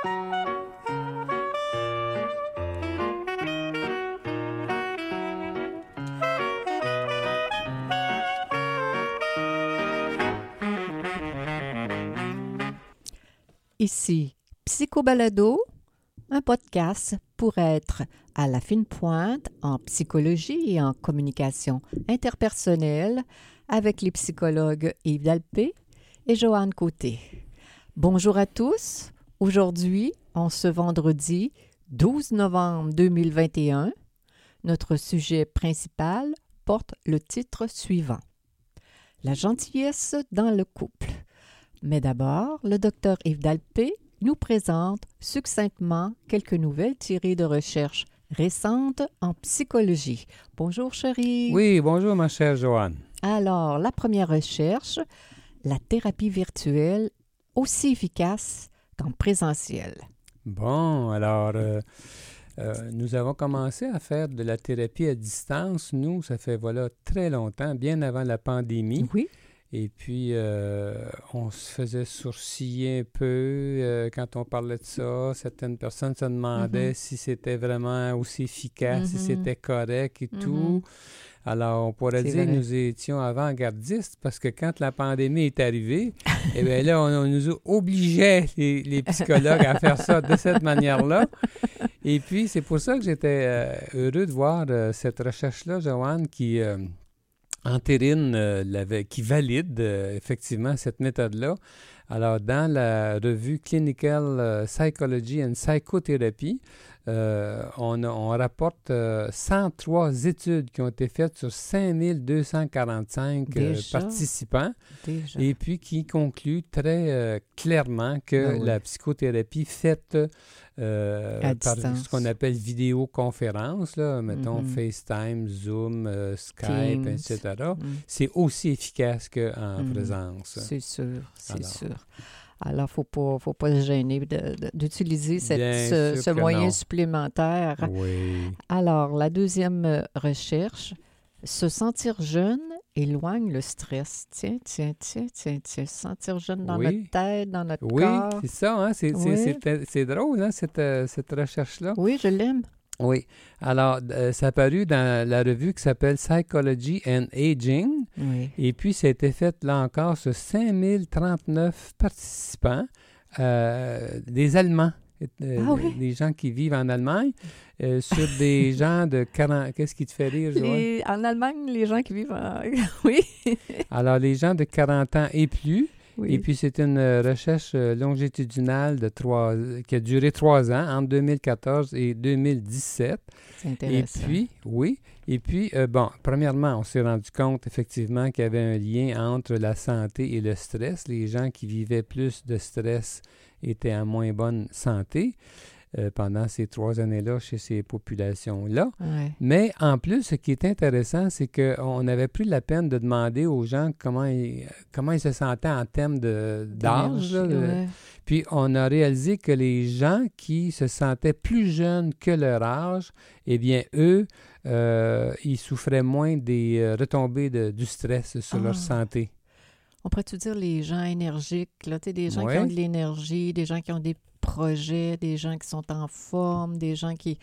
Ici Psychobalado, un podcast pour être à la fine pointe en psychologie et en communication interpersonnelle avec les psychologues Yves Dalpé et Joanne Côté. Bonjour à tous. Aujourd'hui, en ce vendredi 12 novembre 2021, notre sujet principal porte le titre suivant: La gentillesse dans le couple. Mais d'abord, le docteur Yves Dalpé nous présente succinctement quelques nouvelles tirées de recherches récentes en psychologie. Bonjour, chérie. Oui, bonjour, ma chère Joanne. Alors, la première recherche, la thérapie virtuelle aussi efficace qu'en présentiel. Bon, alors, nous avons commencé à faire de la thérapie à distance. Nous, ça fait, très longtemps, bien avant la pandémie. Oui. Et puis, on se faisait sourciller un peu quand on parlait de ça. Certaines personnes se demandaient si c'était vraiment aussi efficace, si c'était correct et tout. Alors, on pourrait dire que nous étions avant-gardistes parce que quand la pandémie est arrivée, eh bien là, on nous obligeait, les psychologues, à faire ça de cette manière-là. Et puis, c'est pour ça que j'étais heureux de voir cette recherche-là, Joanne, qui entérine, qui valide effectivement cette méthode-là. Alors, dans la revue Clinical Psychology and Psychotherapy, on rapporte 103 études qui ont été faites sur 5245 participants. Déjà. Et puis qui concluent très clairement que la psychothérapie faite par ce qu'on appelle vidéoconférence, là, mettons FaceTime, Zoom, Skype, Teams, etc., c'est aussi efficace qu'en présence. C'est sûr, c'est sûr. Alors, il ne faut pas se gêner d'utiliser ce moyen supplémentaire. Oui. Alors, la deuxième recherche, se sentir jeune éloigne le stress. Tiens. Se sentir jeune dans notre tête, dans notre corps. Oui, c'est ça. Hein? C'est drôle, hein, cette recherche-là. Oui, je l'aime. Oui. Alors, ça a paru dans la revue qui s'appelle Psychology and Aging. Oui. Et puis, ça a été fait, là encore, sur 5039 participants, des Allemands, des gens qui vivent en Allemagne, sur des gens de 40... Qu'est-ce qui te fait rire, Joanne? En Allemagne, les gens qui vivent Oui. Alors, les gens de 40 ans et plus. Oui. Et puis, c'est une recherche longitudinale qui a duré 3 ans, entre 2014 et 2017. C'est intéressant. Et puis, premièrement, on s'est rendu compte effectivement qu'il y avait un lien entre la santé et le stress. Les gens qui vivaient plus de stress étaient en moins bonne santé pendant ces 3 années-là chez ces populations-là. Ouais. Mais en plus, ce qui est intéressant, c'est qu'on avait pris la peine de demander aux gens comment ils se sentaient en termes d'âge. Puis on a réalisé que les gens qui se sentaient plus jeunes que leur âge, eh bien, eux, ils souffraient moins des retombées du stress sur leur santé. On pourrait-tu dire les gens énergiques, là, des gens qui ont de l'énergie, des gens qui ont des projets, des gens qui sont en forme, des gens qui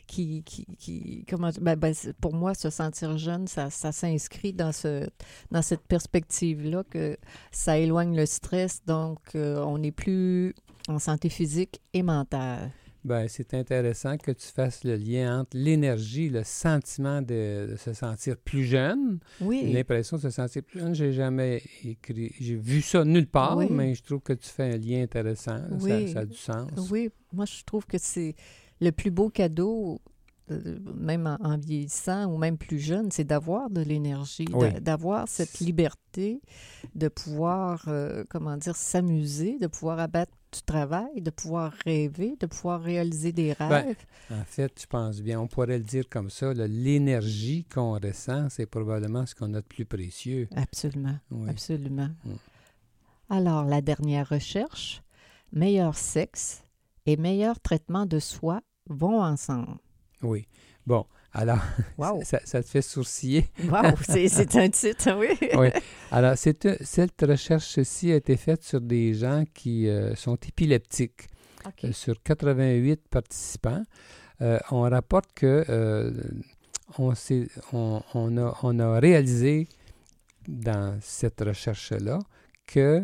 pour moi, se sentir jeune, ça s'inscrit dans cette perspective-là que ça éloigne le stress, donc on est plus en santé physique et mentale. Bien, c'est intéressant que tu fasses le lien entre l'énergie, le sentiment de se sentir plus jeune, l'impression de se sentir plus jeune. J'ai vu ça nulle part, mais je trouve que tu fais un lien intéressant. Ça a du sens. Oui, moi je trouve que c'est le plus beau cadeau, même en vieillissant ou même plus jeune, c'est d'avoir de l'énergie, d'avoir cette liberté de pouvoir, s'amuser, de pouvoir abattre du travail, de pouvoir rêver, de pouvoir réaliser des rêves. En fait, je pense bien, on pourrait le dire comme ça, l'énergie qu'on ressent, c'est probablement ce qu'on a de plus précieux. Absolument, absolument. Alors, la dernière recherche, meilleur sexe et meilleur traitement de soi vont ensemble. Oui. Bon, alors, ça te fait sourciller. Wow, c'est un titre, oui. Oui. Alors, cette recherche-ci a été faite sur des gens qui sont épileptiques. OK. Sur 88 participants. On rapporte que on a réalisé dans cette recherche-là que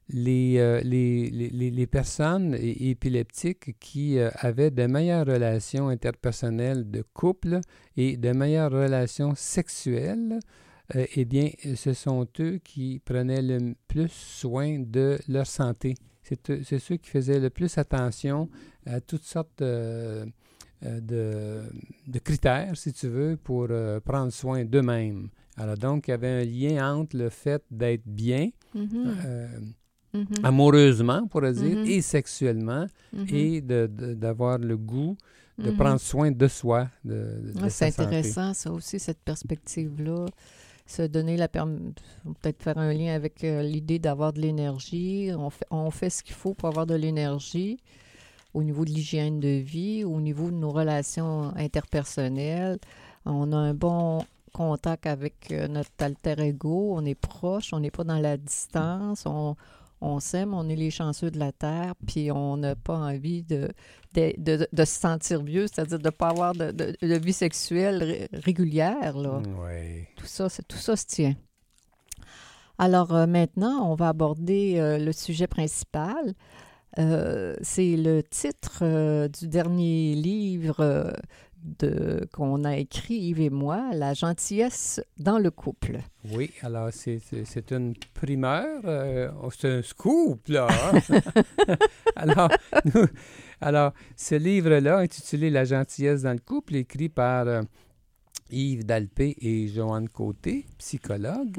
les personnes épileptiques qui avaient de meilleures relations interpersonnelles de couple et de meilleures relations sexuelles, eh bien, ce sont eux qui prenaient le plus soin de leur santé. C'est ceux qui faisaient le plus attention à toutes sortes de critères, si tu veux, pour prendre soin d'eux-mêmes. Alors donc, il y avait un lien entre le fait d'être bien, amoureusement, on pourrait dire, et sexuellement, et d'avoir le goût de prendre soin de soi, de c'est sa intéressant, ça aussi, cette perspective-là. Se donner peut-être faire un lien avec l'idée d'avoir de l'énergie. On fait ce qu'il faut pour avoir de l'énergie au niveau de l'hygiène de vie, au niveau de nos relations interpersonnelles. On a un bon contact avec notre alter ego, on est proche, on n'est pas dans la distance, on s'aime, on est les chanceux de la Terre, puis on n'a pas envie de se sentir vieux, c'est-à-dire de ne pas avoir de vie sexuelle régulière. Là. Oui. Tout ça se tient. Alors maintenant, on va aborder le sujet principal. C'est le titre du dernier livre qu'on a écrit, Yves et moi, La gentillesse dans le couple. Oui, alors c'est une primeur, c'est un scoop, là. Hein? alors, ce livre-là, intitulé La gentillesse dans le couple, écrit par Yves Dalpé et Joanne Côté, psychologue,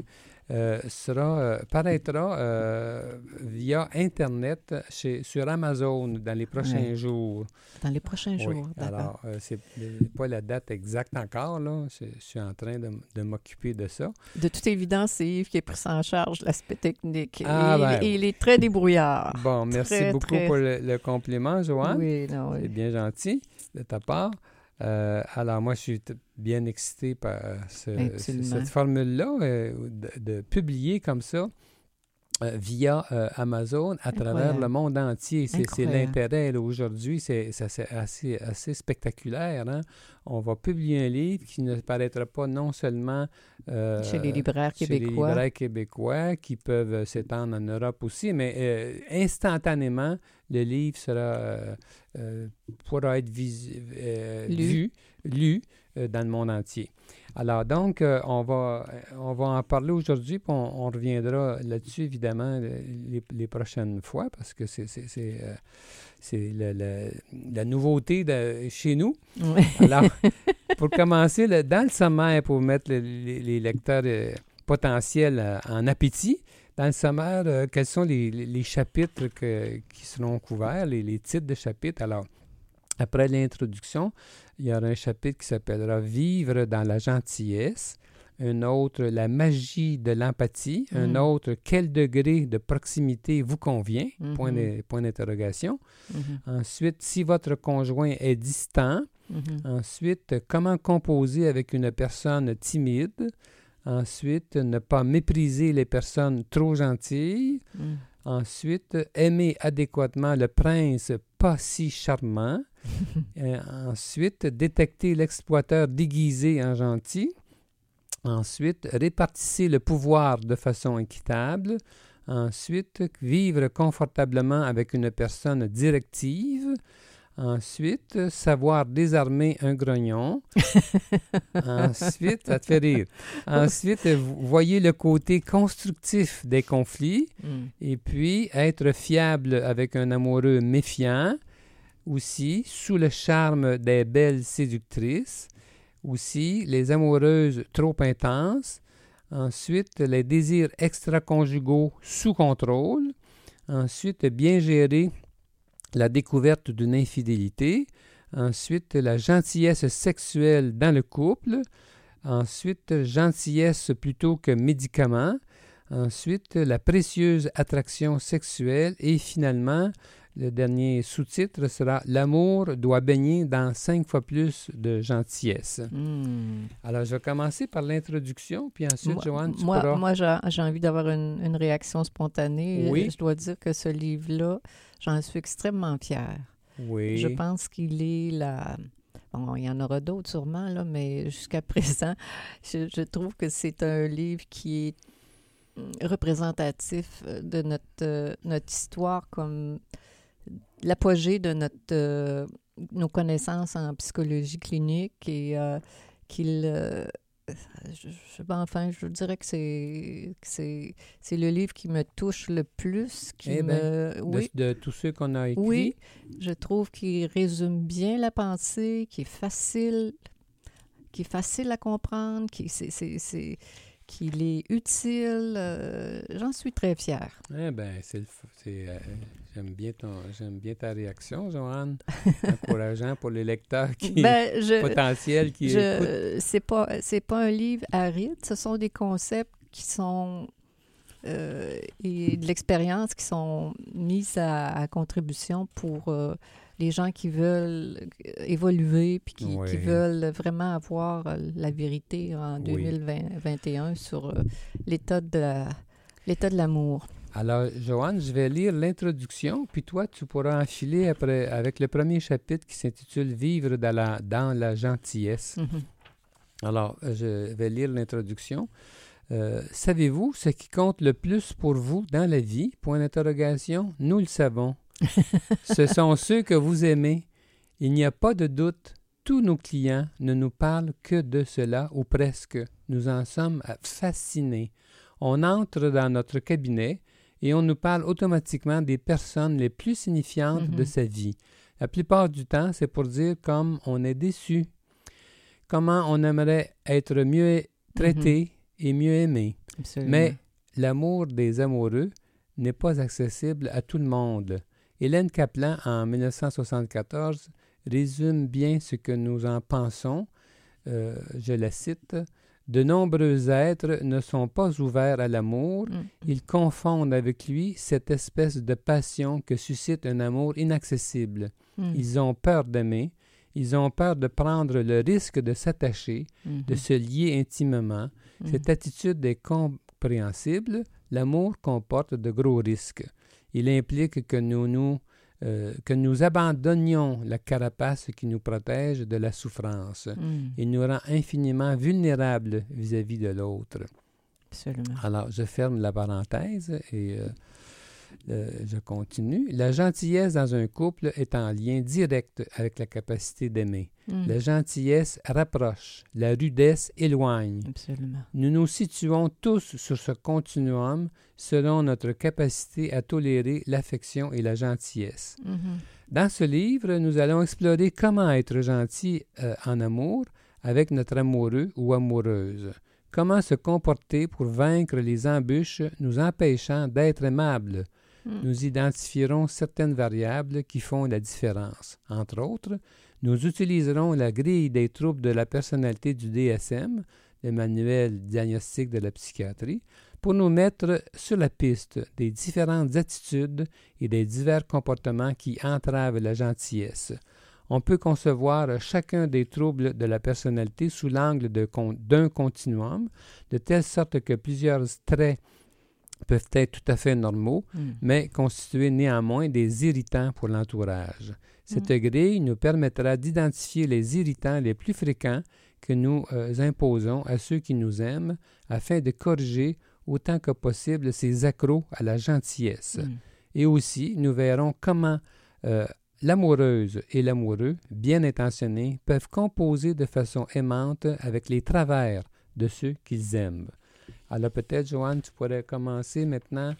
paraîtra via Internet sur Amazon dans les prochains jours. Dans les prochains jours, oui. d'accord. Alors, c'est pas la date exacte encore, là. Je suis en train de m'occuper de ça. De toute évidence, c'est Yves qui a pris ça en charge, l'aspect technique. Et il est très débrouillard. Bon, merci beaucoup pour le compliment, Joanne. Oui, non, oui. C'est bien gentil de ta part. Alors, moi, je suis bien excité par cette formule-là, de publier comme ça via Amazon à travers le monde entier. C'est l'intérêt. Là, aujourd'hui, c'est assez spectaculaire. Hein? On va publier un livre qui ne paraîtra pas non seulement chez les libraires québécois qui peuvent s'étendre en Europe aussi, mais instantanément, le livre pourra être lu dans le monde entier. Alors donc, on va en parler aujourd'hui, puis on reviendra là-dessus, évidemment, les prochaines fois, parce que c'est la nouveauté chez nous. Oui. Alors, pour commencer, dans le sommaire, pour mettre les lecteurs potentiels en appétit, dans le sommaire, quels sont les chapitres qui seront couverts, les titres de chapitres? Alors, après l'introduction, il y aura un chapitre qui s'appellera « Vivre dans la gentillesse », un autre « La magie de l'empathie », un autre « Quel degré de proximité vous convient ?» Point d'interrogation. Ensuite, « Si votre conjoint est distant ». Ensuite, « Comment composer avec une personne timide ». Ensuite, « Ne pas mépriser les personnes trop gentilles ». Ensuite, « Aimer adéquatement le prince pas si charmant ». Ensuite, détecter l'exploiteur déguisé en gentil. Ensuite, répartissez le pouvoir de façon équitable. Ensuite, vivre confortablement avec une personne directive. Ensuite, savoir désarmer un grognon. Ensuite, ça te fait rire. Ensuite, voyez le côté constructif des conflits. Et puis, être fiable avec un amoureux méfiant. Aussi, sous le charme des belles séductrices. Aussi, les amoureuses trop intenses. Ensuite, les désirs extra-conjugaux sous contrôle. Ensuite, bien gérer la découverte d'une infidélité. Ensuite, la gentillesse sexuelle dans le couple. Ensuite, gentillesse plutôt que médicament. Ensuite, la précieuse attraction sexuelle. Et finalement, Le dernier sous-titre sera « L'amour doit baigner dans 5 fois plus de gentillesse ». Alors, je vais commencer par l'introduction, puis ensuite, Joanne, tu pourras... Moi, j'ai envie d'avoir une réaction spontanée. Oui. Je dois dire que ce livre-là, j'en suis extrêmement fière. Oui. Je pense qu'il est la... Bon, il y en aura d'autres sûrement, là, mais jusqu'à présent, je trouve que c'est un livre qui est représentatif de notre histoire comme l'apogée de nos connaissances en psychologie clinique et je dirais que c'est le livre qui me touche le plus. De tous ceux qu'on a écrits. Oui, je trouve qu'il résume bien la pensée, qui est facile à comprendre, qu'il est utile. J'en suis très fière. Eh bien, j'aime bien ta réaction, Joanne. Encourageant pour les lecteurs potentiels qui écoutent. C'est pas un livre aride. Ce sont des concepts qui sont et de l'expérience qui sont mises à contribution pour les gens qui veulent évoluer puis qui veulent vraiment avoir la vérité en 2021 sur l'état de l'amour. Alors, Joanne, je vais lire l'introduction, puis toi, tu pourras enfiler après avec le premier chapitre qui s'intitule « Vivre dans la gentillesse ». Alors, je vais lire l'introduction. Savez-vous ce qui compte le plus pour vous dans la vie? Point d'interrogation. Nous le savons. Ce sont ceux que vous aimez. Il n'y a pas de doute. Tous nos clients ne nous parlent que de cela, ou presque. Nous en sommes fascinés. On entre dans notre cabinet et on nous parle automatiquement des personnes les plus signifiantes de sa vie. La plupart du temps, c'est pour dire comme on est déçu, comment on aimerait être mieux traité et mieux aimé. Absolument. Mais l'amour des amoureux n'est pas accessible à tout le monde. Hélène Kaplan, en 1974, résume bien ce que nous en pensons. Je la cite. « De nombreux êtres ne sont pas ouverts à l'amour. Ils confondent avec lui cette espèce de passion que suscite un amour inaccessible. Ils ont peur d'aimer. Ils ont peur de prendre le risque de s'attacher, de se lier intimement. Cette attitude est compréhensible. L'amour comporte de gros risques. Il implique que nous abandonnions la carapace qui nous protège de la souffrance. Il nous rend infiniment vulnérables vis-à-vis de l'autre. » Absolument. Alors, je ferme la parenthèse et je continue. La gentillesse dans un couple est en lien direct avec la capacité d'aimer. La gentillesse rapproche, la rudesse éloigne. Absolument. Nous nous situons tous sur ce continuum selon notre capacité à tolérer l'affection et la gentillesse. Dans ce livre, nous allons explorer comment être gentil en amour avec notre amoureux ou amoureuse. Comment se comporter pour vaincre les embûches nous empêchant d'être aimables. Nous identifierons certaines variables qui font la différence. Entre autres, nous utiliserons la grille des troubles de la personnalité du DSM, le manuel diagnostique de la psychiatrie, pour nous mettre sur la piste des différentes attitudes et des divers comportements qui entravent la gentillesse. On peut concevoir chacun des troubles de la personnalité sous l'angle d'un continuum, de telle sorte que plusieurs traits peuvent être tout à fait normaux, mais constituer néanmoins des irritants pour l'entourage. Cette grille nous permettra d'identifier les irritants les plus fréquents que nous imposons à ceux qui nous aiment afin de corriger autant que possible ces accros à la gentillesse. Et aussi, nous verrons comment l'amoureuse et l'amoureux, bien intentionnés, peuvent composer de façon aimante avec les travers de ceux qu'ils aiment. Alors peut-être, Joanne, tu pourrais commencer maintenant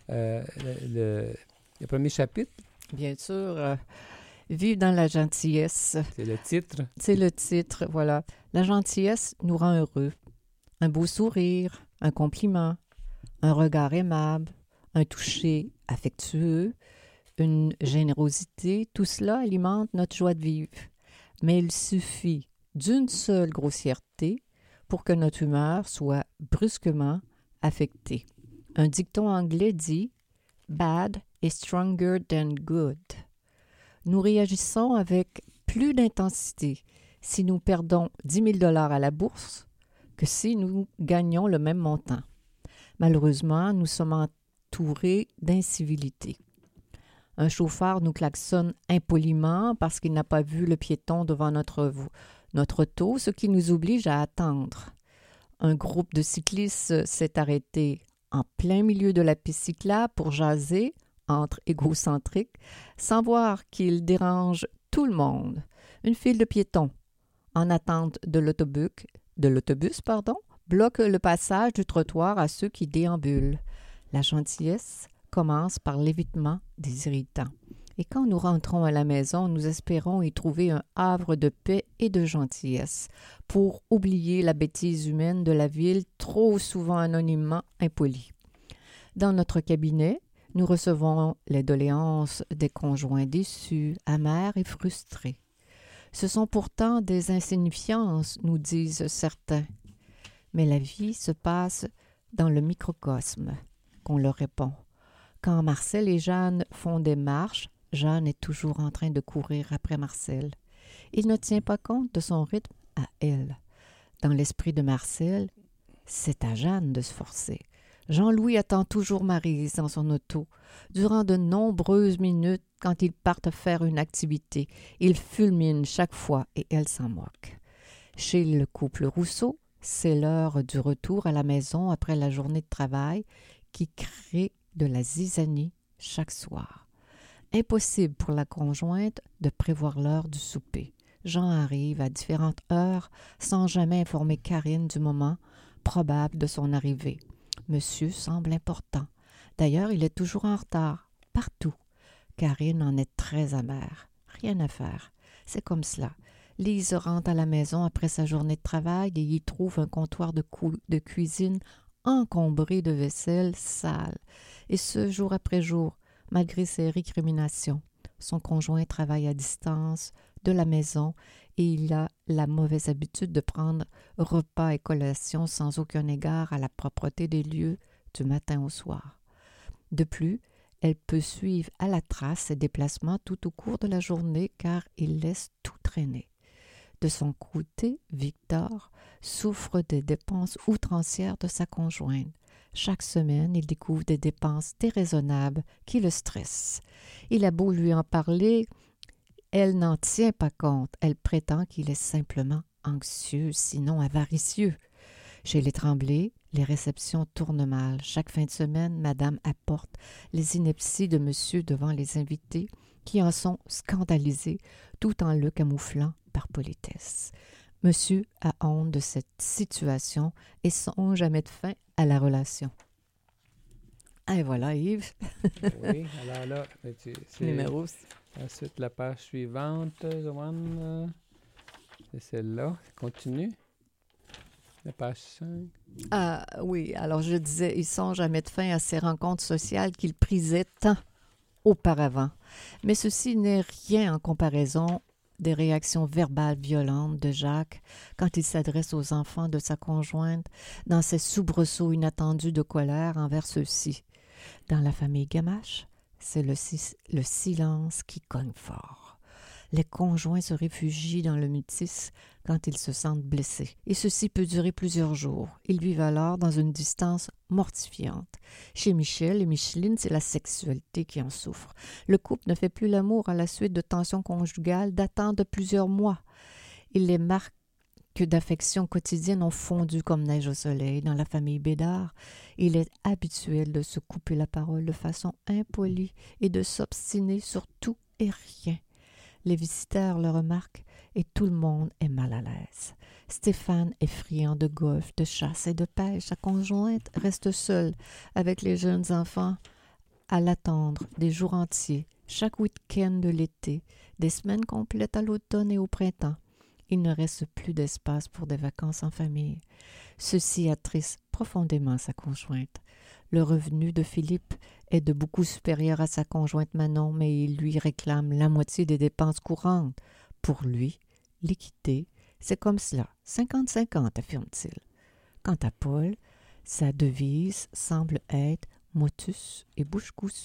le premier chapitre. Bien sûr. Vivre dans la gentillesse. C'est le titre. C'est le titre, voilà. La gentillesse nous rend heureux. Un beau sourire, un compliment, un regard aimable, un toucher affectueux, une générosité, tout cela alimente notre joie de vivre. Mais il suffit d'une seule grossièreté pour que notre humeur soit brusquement affectée. Un dicton anglais dit « Bad est stronger than good. Nous réagissons avec plus d'intensité si nous perdons 10 000 $ à la bourse que si nous gagnons le même montant. Malheureusement, nous sommes entourés d'incivilités. Un chauffeur nous klaxonne impoliment parce qu'il n'a pas vu le piéton devant notre auto, ce qui nous oblige à attendre. Un groupe de cyclistes s'est arrêté en plein milieu de la piste cyclable pour jaser entre égocentriques, sans voir qu'il dérange tout le monde. Une file de piétons, en attente de l'autobus, bloque le passage du trottoir à ceux qui déambulent. La gentillesse commence par l'évitement des irritants. Et quand nous rentrons à la maison, nous espérons y trouver un havre de paix et de gentillesse pour oublier la bêtise humaine de la ville trop souvent anonymement impolie. Dans notre cabinet, nous recevons les doléances des conjoints déçus, amers et frustrés. Ce sont pourtant des insignifiances, nous disent certains. Mais la vie se passe dans le microcosme, qu'on leur répond. Quand Marcel et Jeanne font des marches, Jeanne est toujours en train de courir après Marcel. Il ne tient pas compte de son rythme à elle. Dans l'esprit de Marcel, c'est à Jeanne de se forcer. Jean-Louis attend toujours Maryse dans son auto. Durant de nombreuses minutes, quand ils partent faire une activité, il fulmine chaque fois et elle s'en moque. Chez le couple Rousseau, c'est l'heure du retour à la maison après la journée de travail qui crée de la zizanie chaque soir. Impossible pour la conjointe de prévoir l'heure du souper. Jean arrive à différentes heures sans jamais informer Karine du moment probable de son arrivée. Monsieur semble important. D'ailleurs, il est toujours en retard, partout. Karine en est très amère. Rien à faire. C'est comme cela. Lise rentre à la maison après sa journée de travail et y trouve un comptoir de cuisine encombré de vaisselle sale. Et ce, jour après jour, malgré ses récriminations. Son conjoint travaille à distance de la maison et il a la mauvaise habitude de prendre repas et collation sans aucun égard à la propreté des lieux du matin au soir. De plus, elle peut suivre à la trace ses déplacements tout au cours de la journée car il laisse tout traîner. De son côté, Victor souffre des dépenses outrancières de sa conjointe. Chaque semaine, il découvre des dépenses déraisonnables qui le stressent. Il a beau lui en parler, elle n'en tient pas compte. Elle prétend qu'il est simplement anxieux, sinon avaricieux. Chez les Tremblay, les réceptions tournent mal. Chaque fin de semaine, Madame apporte les inepties de Monsieur devant les invités qui en sont scandalisés tout en le camouflant par politesse. Monsieur a honte de cette situation et songe à mettre fin à la relation. Et voilà, Yves. Oui, alors là, c'est numéro. Ensuite, la page suivante, Joanne, c'est celle-là. Continue. La page 5. Ah oui, alors je disais, il songe à mettre fin à ces rencontres sociales qu'il prisait tant auparavant. Mais ceci n'est rien en comparaison des réactions verbales violentes de Jacques quand il s'adresse aux enfants de sa conjointe dans ces soubresauts inattendus de colère envers ceux-ci. Dans la famille Gamache, c'est le silence qui cogne fort. Les conjoints se réfugient dans le mutisme quand ils se sentent blessés. Et ceci peut durer plusieurs jours. Ils vivent alors dans une distance mortifiante. Chez Michel et Micheline, c'est la sexualité qui en souffre. Le couple ne fait plus l'amour à la suite de tensions conjugales datant de plusieurs mois. Les marques d'affection quotidienne ont fondu comme neige au soleil. Dans la famille Bédard, il est habituel de se couper la parole de façon impolie et de s'obstiner sur tout et rien. Les visiteurs le remarquent et tout le monde est mal à l'aise. Stéphane est friand de golf, de chasse et de pêche. Sa conjointe reste seule avec les jeunes enfants à l'attendre des jours entiers, chaque week-end de l'été, des semaines complètes à l'automne et au printemps. Il ne reste plus d'espace pour des vacances en famille. Ceci attriste profondément sa conjointe. Le revenu de Philippe est de beaucoup supérieur à sa conjointe Manon, mais il lui réclame la moitié des dépenses courantes. Pour lui, l'équité, c'est comme cela, 50-50, affirme-t-il. Quant à Paul, sa devise semble être motus et bouche cousue.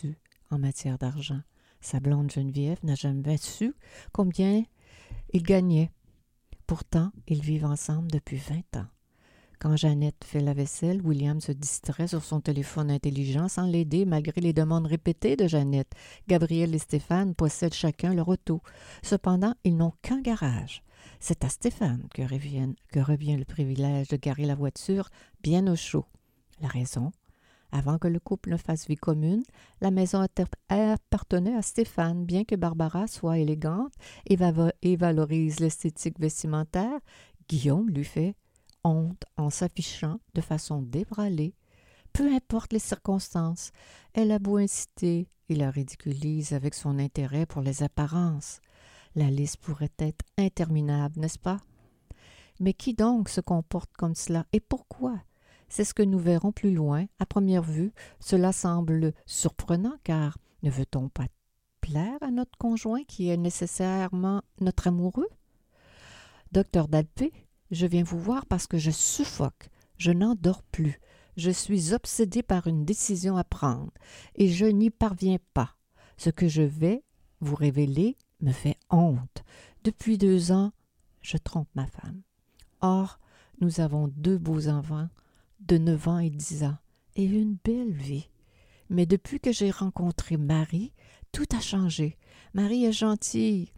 en matière d'argent. Sa blonde Geneviève n'a jamais su combien il gagnait. Pourtant, ils vivent ensemble depuis 20 ans. Quand Jeannette fait la vaisselle, William se distrait sur son téléphone intelligent sans l'aider malgré les demandes répétées de Jeannette. Gabriel et Stéphane possèdent chacun leur auto. Cependant, ils n'ont qu'un garage. C'est à Stéphane que revient le privilège de garer la voiture bien au chaud. La raison? Avant que le couple ne fasse vie commune, la maison appartenait à Stéphane. Bien que Barbara soit élégante et valorise l'esthétique vestimentaire, Guillaume lui fait honte en s'affichant de façon débralée. Peu importe les circonstances, elle a beau inciter, il la ridiculise avec son intérêt pour les apparences. La liste pourrait être interminable, n'est-ce pas? Mais qui donc se comporte comme cela et pourquoi? C'est ce que nous verrons plus loin. À première vue, cela semble surprenant car ne veut-on pas plaire à notre conjoint qui est nécessairement notre amoureux? Docteur Dalpé, je viens vous voir parce que je suffoque, je n'en dors plus, je suis obsédée par une décision à prendre et je n'y parviens pas. Ce que je vais vous révéler me fait honte. Depuis 2 ans, je trompe ma femme. Or, nous avons 2 beaux enfants de 9 ans et 10 ans et une belle vie. Mais depuis que j'ai rencontré Marie, tout a changé. Marie est gentille.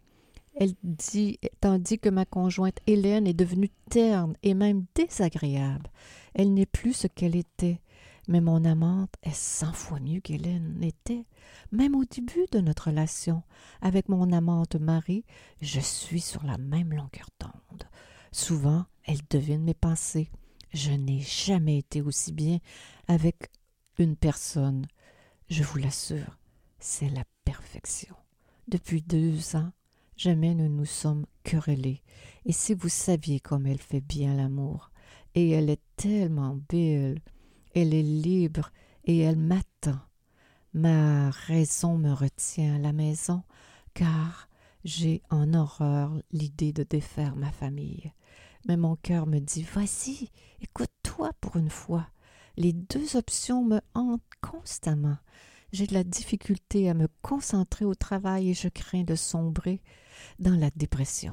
Tandis que ma conjointe Hélène est devenue terne et même désagréable. Elle n'est plus ce qu'elle était, mais mon amante est 100 fois mieux qu'Hélène n'était. Même au début de notre relation, avec mon amante Marie, je suis sur la même longueur d'onde. Souvent, elle devine mes pensées. Je n'ai jamais été aussi bien avec une personne. Je vous l'assure, c'est la perfection. Depuis 2 ans, jamais nous nous sommes querellés. Et si vous saviez comme elle fait bien l'amour, et elle est tellement belle, elle est libre et elle m'attend. Ma raison me retient à la maison, car j'ai en horreur l'idée de défaire ma famille. Mais mon cœur me dit, vas-y, écoute-toi pour une fois. Les 2 options me hantent constamment. J'ai de la difficulté à me concentrer au travail et je crains de sombrer dans la dépression.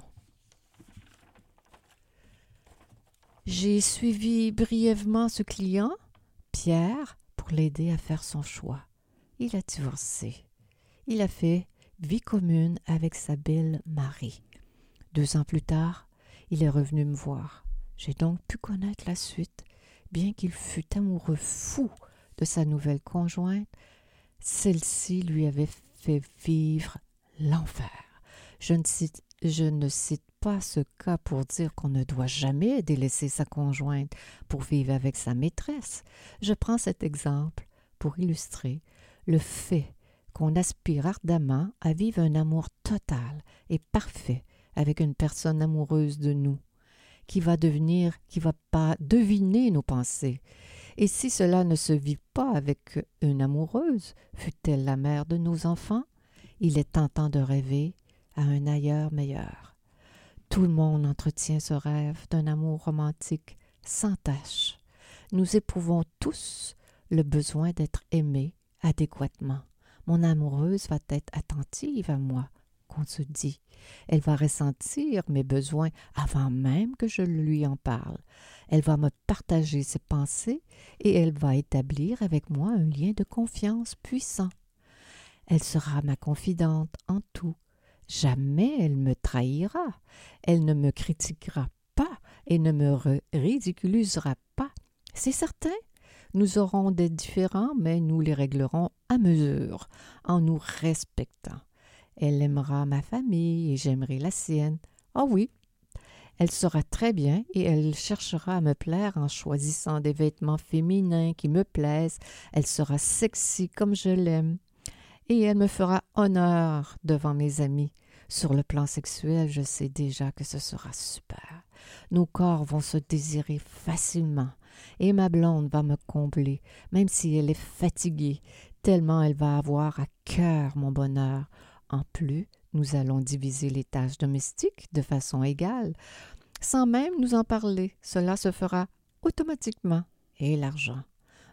J'ai suivi brièvement ce client, Pierre, pour l'aider à faire son choix. Il a divorcé. Il a fait vie commune avec sa belle Marie. 2 ans plus tard, il est revenu me voir. J'ai donc pu connaître la suite. Bien qu'il fût amoureux fou de sa nouvelle conjointe, celle-ci lui avait fait vivre l'enfer. Je ne cite pas ce cas pour dire qu'on ne doit jamais délaisser sa conjointe pour vivre avec sa maîtresse. Je prends cet exemple pour illustrer le fait qu'on aspire ardemment à vivre un amour total et parfait avec une personne amoureuse de nous, qui va pas deviner nos pensées. Et si cela ne se vit pas avec une amoureuse, fût-elle la mère de nos enfants, il est tentant de rêver à un ailleurs meilleur. Tout le monde entretient ce rêve d'un amour romantique sans tache. Nous éprouvons tous le besoin d'être aimés adéquatement. Mon amoureuse va être attentive à moi, qu'on se dit. Elle va ressentir mes besoins avant même que je lui en parle. Elle va me partager ses pensées et elle va établir avec moi un lien de confiance puissant. Elle sera ma confidente en tout. Jamais elle me trahira. Elle ne me critiquera pas et ne me ridiculisera pas. C'est certain. Nous aurons des différends, mais nous les réglerons à mesure, en nous respectant. Elle aimera ma famille et j'aimerai la sienne. Ah oui, elle sera très bien et elle cherchera à me plaire en choisissant des vêtements féminins qui me plaisent. Elle sera sexy comme je l'aime. Et elle me fera honneur devant mes amis. Sur le plan sexuel, je sais déjà que ce sera super. Nos corps vont se désirer facilement et ma blonde va me combler, même si elle est fatiguée, tellement elle va avoir à cœur mon bonheur. En plus, nous allons diviser les tâches domestiques de façon égale, sans même nous en parler. Cela se fera automatiquement. Et l'argent.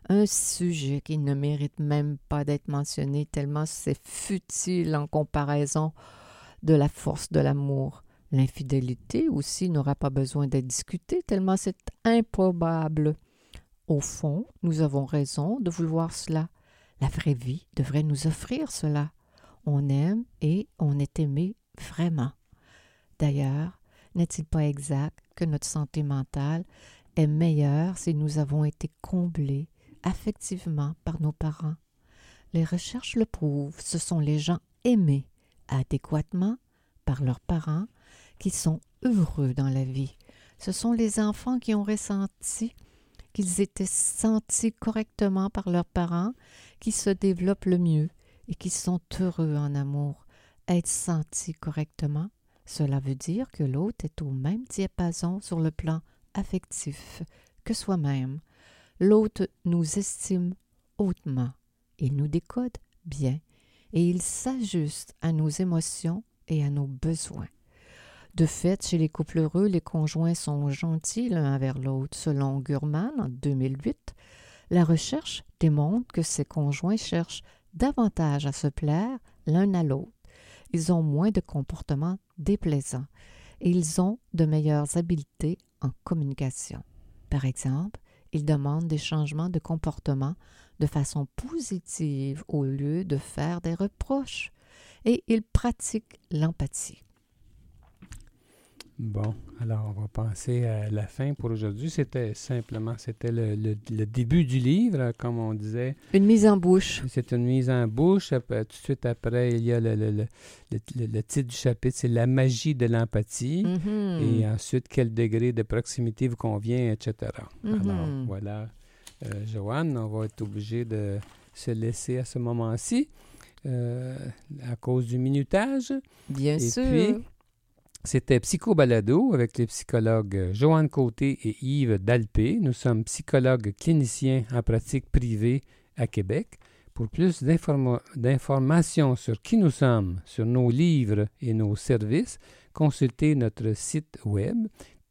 Un sujet qui ne mérite même pas d'être mentionné tellement c'est futile en comparaison de la force de l'amour. L'infidélité aussi n'aura pas besoin d'être discutée tellement c'est improbable. Au fond, nous avons raison de vouloir cela. La vraie vie devrait nous offrir cela. On aime et on est aimé vraiment. D'ailleurs, n'est-il pas exact que notre santé mentale est meilleure si nous avons été comblés affectivement par nos parents? Les recherches le prouvent, ce sont les gens aimés adéquatement par leurs parents qui sont heureux dans la vie. Ce sont les enfants qui ont ressenti qu'ils étaient sentis correctement par leurs parents qui se développent le mieux et qui sont heureux en amour. Être senti correctement, cela veut dire que l'autre est au même diapason sur le plan affectif que soi-même. L'autre nous estime hautement, il nous décode bien et il s'ajuste à nos émotions et à nos besoins. De fait, chez les couples heureux, les conjoints sont gentils l'un envers l'autre. Selon Gurman, en 2008, la recherche démontre que ces conjoints cherchent davantage à se plaire l'un à l'autre. Ils ont moins de comportements déplaisants et ils ont de meilleures habiletés en communication. Par exemple, ils demandent des changements de comportement de façon positive au lieu de faire des reproches et ils pratiquent l'empathie. Bon, alors on va passer à la fin pour aujourd'hui. C'était le début du livre, comme on disait. Une mise en bouche. C'est une mise en bouche. Tout de suite après, il y a le titre du chapitre, c'est la magie de l'empathie. Mm-hmm. Et ensuite, quel degré de proximité vous convient, etc. Mm-hmm. Alors, voilà. Joanne, on va être obligé de se laisser à ce moment-ci à cause du minutage. Bien sûr. Puis, c'était Psycho Balado avec les psychologues Joanne Côté et Yves Dalpé. Nous sommes psychologues cliniciens en pratique privée à Québec. Pour plus d'informations sur qui nous sommes, sur nos livres et nos services, consultez notre site web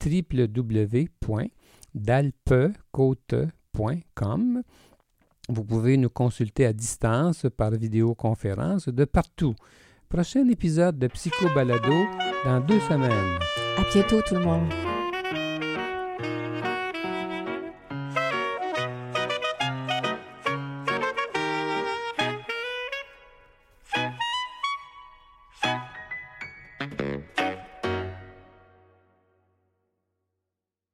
www.dalpecote.com. Vous pouvez nous consulter à distance par vidéoconférence de partout. Prochain épisode de Psycho Balado dans 2 semaines. À bientôt tout le monde.